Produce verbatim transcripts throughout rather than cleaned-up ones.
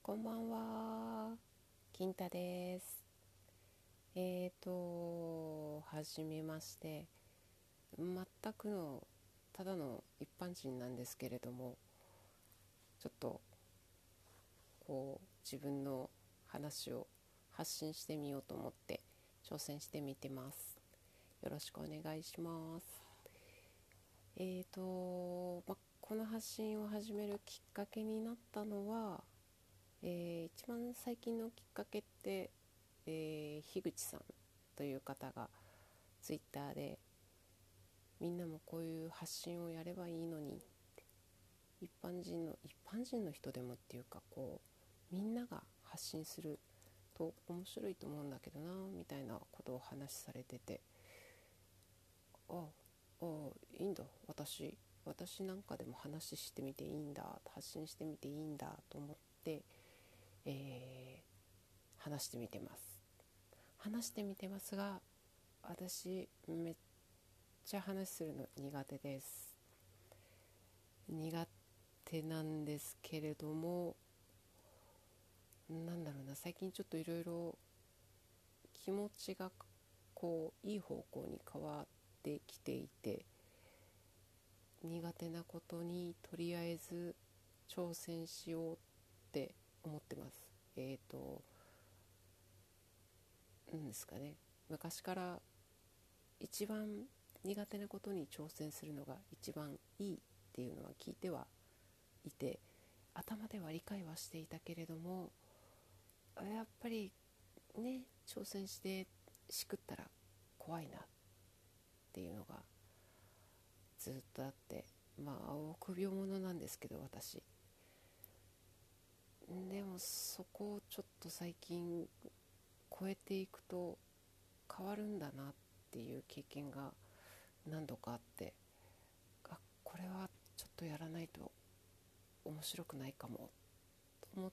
こんばんは、金太です。えーと、はじめまして。全くのただの一般人なんですけれども、ちょっとこう自分の話を発信してみようと思って挑戦してみてます。よろしくお願いします。えーと、ま、この発信を始めるきっかけになったのは、えー一番最近のきっかけって、えー、樋口さんという方がツイッターで、みんなもこういう発信をやればいいのにって、一般人の一般人の人でもっていうか、こうみんなが発信すると面白いと思うんだけどなみたいなことを話しされてて、ああいいんだ、私私なんかでも話してみていいんだ、発信してみていいんだと思って、えー話してみてます話してみてますが、私めっちゃ話するの苦手です。苦手なんですけれども、なんだろうな、最近ちょっといろいろ気持ちがこういい方向に変わってきていて、苦手なことにとりあえず挑戦しようって思ってます。えっ、ー、となんですかね、昔から一番苦手なことに挑戦するのが一番いいっていうのは聞いてはいて、頭では理解はしていたけれども、やっぱりね、挑戦してしくったら怖いなっていうのがずっとあって、まあ臆病者なんですけど私。でもそこをちょっと最近超えていくと変わるんだなっていう経験が何度かあって、あ、これはちょっとやらないと面白くないかもと思って、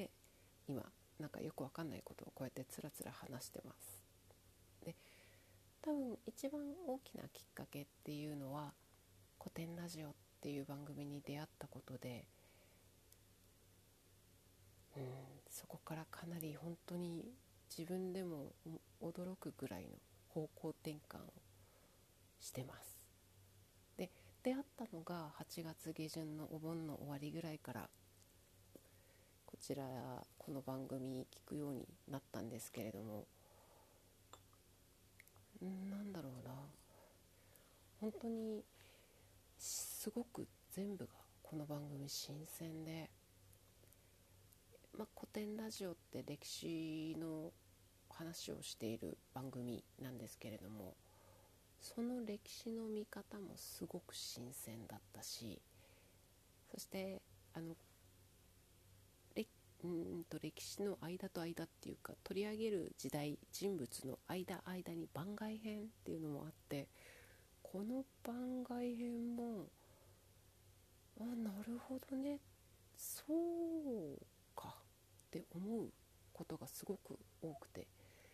今なんかよくわかんないことをこうやってつらつら話してます。で、多分一番大きなきっかけっていうのは古典ラジオっていう番組に出会ったことで、うん、そこからかなり本当に自分でも驚くぐらいの方向転換をしてます。で、出会ったのがはちがつ下旬のお盆の終わりぐらいから、こちらこの番組聞くようになったんですけれども、なんだろうな、本当にすごく全部がこの番組新鮮で、まあ、古典ラジオって歴史の話をしている番組なんですけれども、その歴史の見方もすごく新鮮だったし、そしてあのれうんと歴史の間と間っていうか、取り上げる時代人物の間間に番外編っていうのもあって、この番外編も、あ、なるほどね、そうかって思うことがすごく多くて、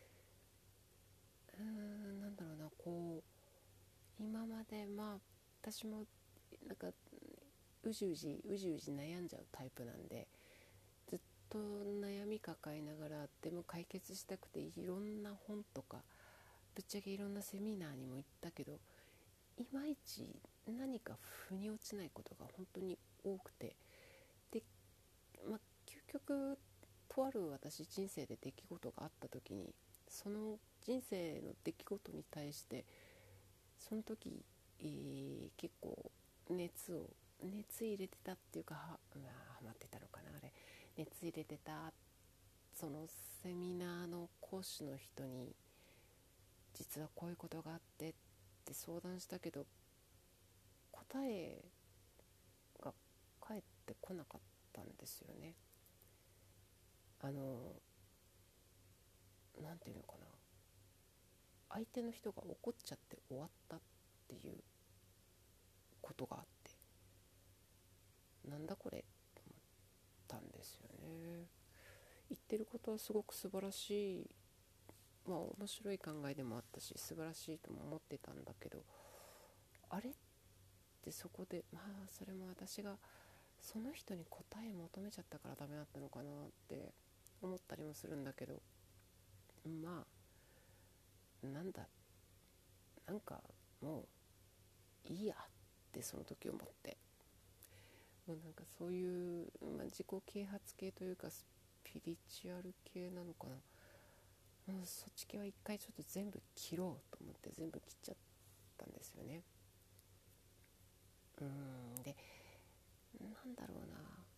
うーんなんだろうな、こう今まで、まあ私もなんかうじうじうじうじ悩んじゃうタイプなんで、ずっと悩み抱えながら、でも解決したくていろんな本とかぶっちゃけいろんなセミナーにも行ったけど、いまいち何か腑に落ちないことが本当に多くて、で、まあ、究極とある私人生で出来事があった時に、その人生の出来事に対してその時、えー結構熱を熱入れてたっていうか、は、まあ、ハマってたのかな、あれ、熱入れてた、そのセミナーの講師の人に実はこういうことがあってって相談したけど、答えが返ってこなかったんですよね。あのなんていうのかな、相手の人が怒っちゃって終わったっていうことがあって、なんだこれと思ったんですよね。言ってることはすごく素晴らしい、まあ面白い考えでもあったし素晴らしいとも思ってたんだけど、あれってそこで、まあそれも私がその人に答え求めちゃったからダメだったのかなって思ったりもするんだけど、まあなんだなんかもういいやってその時思って、もうなんかそういう、まあ、自己啓発系というかスピリチュアル系なのかな、もうそっち系は一回ちょっと全部切ろうと思って全部切っちゃったんですよね。うーんでなんだろうな、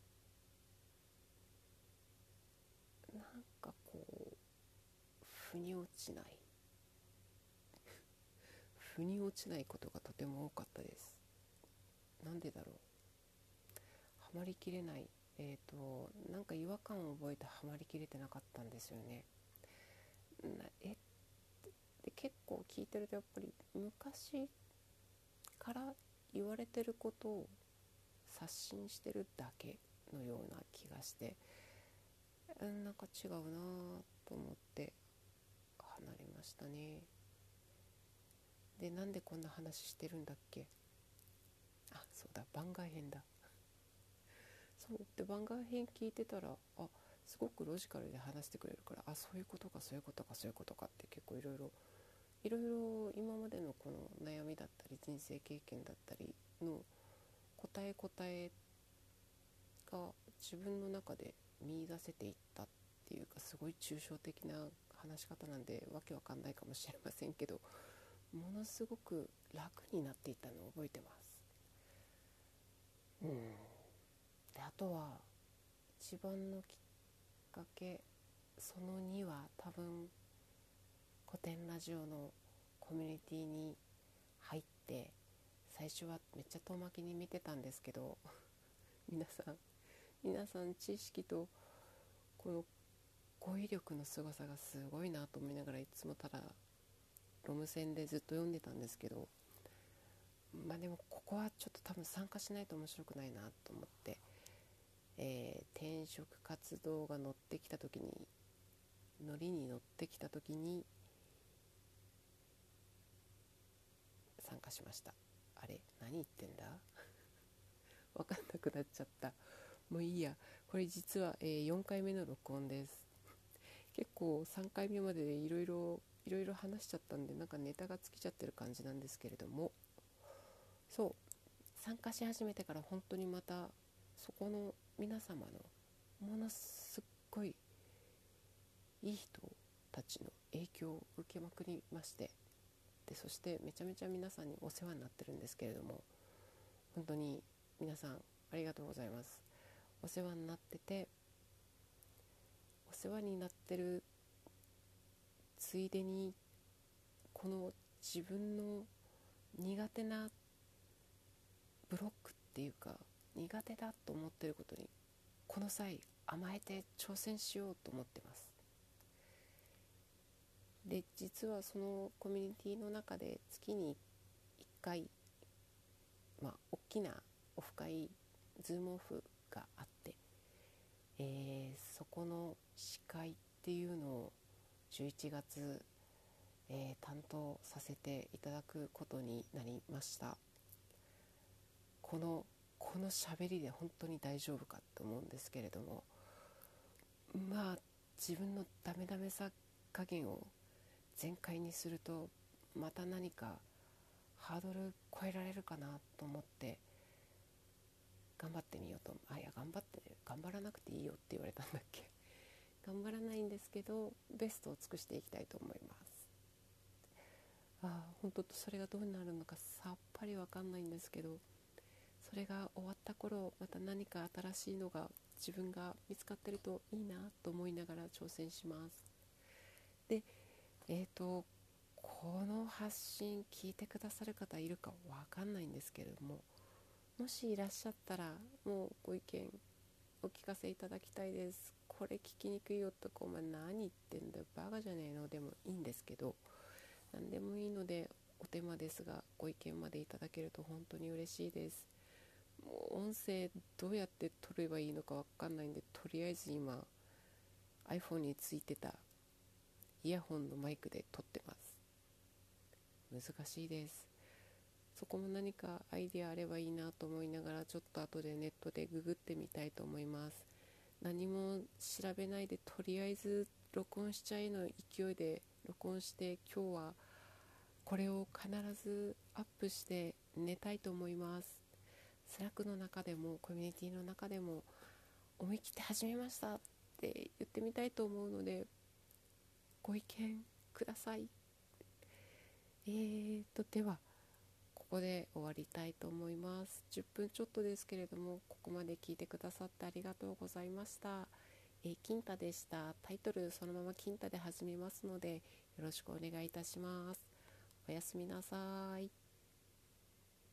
なんかこう腑に落ちない腑に落ちないことがとても多かったです。なんでだろう、ハマりきれない、えーとなんか違和感を覚えてハマりきれてなかったんですよね。なえで結構聞いてるとやっぱり昔から言われてることを刷新してるだけのような気がして、うん、なんか違うなと思って離れましたね。で、なんでこんな話してるんだっけ。あ、そうだ、番外編だ。そうで、番外編聞いてたら、あ、すごくロジカルで話してくれるから、あ、そういうことかそういうことかそういうことかって結構いろいろいろいろ今までのこの悩みだったり人生経験だったりの答え答えが自分の中で見出せていったっていうか、すごい抽象的な話し方なんでわけわかんないかもしれませんけど、ものすごく楽になっていったのを覚えてます。うんで、あとは一番のきっかけ、そのには多分古典ラジオのコミュニティに入って、最初はめっちゃ遠巻きに見てたんですけど皆さん皆さん知識とこの語彙力の凄さがすごいなと思いながら、いつもただロム線でずっと読んでたんですけど、まあでもここはちょっと多分参加しないと面白くないなと思って、えー、転職活動が乗ってきた時に乗りに乗ってきた時に参加しました。あれ何言ってんだわかんなくなっちゃった。もういいや。これ実は、えー、よんかいめの録音です。結構さんかいめまでいろいろいろいろ話しちゃったんで、なんかネタが尽きちゃってる感じなんですけれども、そう参加し始めてから本当にまたそこの皆様のものすっごいいい人たちの影響を受けまくりまして、でそしてめちゃめちゃ皆さんにお世話になってるんですけれども、本当に皆さんありがとうございます。お世話になってて、お世話になってるついでにこの自分の苦手なブロックっていうか、苦手だと思ってることにこの際甘えて挑戦しようと思ってます。で実はそのコミュニティの中で月にいっかい、まあ大きなオフ会、ズームオフがあって、えー、そこの司会っていうのをじゅういちがつ、えー、担当させていただくことになりました。このこの喋りで本当に大丈夫かと思うんですけれども、まあ自分のダメダメさ加減を全開にするとまた何かハードル超えられるかなと思って頑張ってみようと。あ、いや頑張って頑張らなくていいよって言われたんだっけ頑張らないんですけどベストを尽くしていきたいと思います。あ、本当とそれがどうなるのかさっぱりわかんないんですけど、それが終わった頃また何か新しいのが自分が見つかってるといいなと思いながら挑戦します。で、えーとこの発信聞いてくださる方いるかわかんないんですけれども、もしいらっしゃったらもうご意見お聞かせいただきたいです。これ聞きにくいよとかお前何言ってんだよバカじゃねえのでもいいんですけど、何でもいいのでお手間ですがご意見までいただけると本当に嬉しいです。もう音声どうやって撮ればいいのかわかんないんで、とりあえず今 iPhone についてたイヤホンのマイクで撮ってます。難しいです。 そこも何かアイディアあればいいなと思いながら、ちょっと後でネットでググってみたいと思います。何も調べないでとりあえず録音しちゃえの勢いで録音して、今日はこれを必ずアップして寝たいと思います。スラックの中でもコミュニティの中でも思い切って始めましたって言ってみたいと思うので、ご意見ください。えーとではここで終わりたいと思います。じゅっぷんちょっとですけれども、ここまで聞いてくださってありがとうございました。えー、金太でした。タイトルそのまま金太で始めますのでよろしくお願いいたします。おやすみなさい。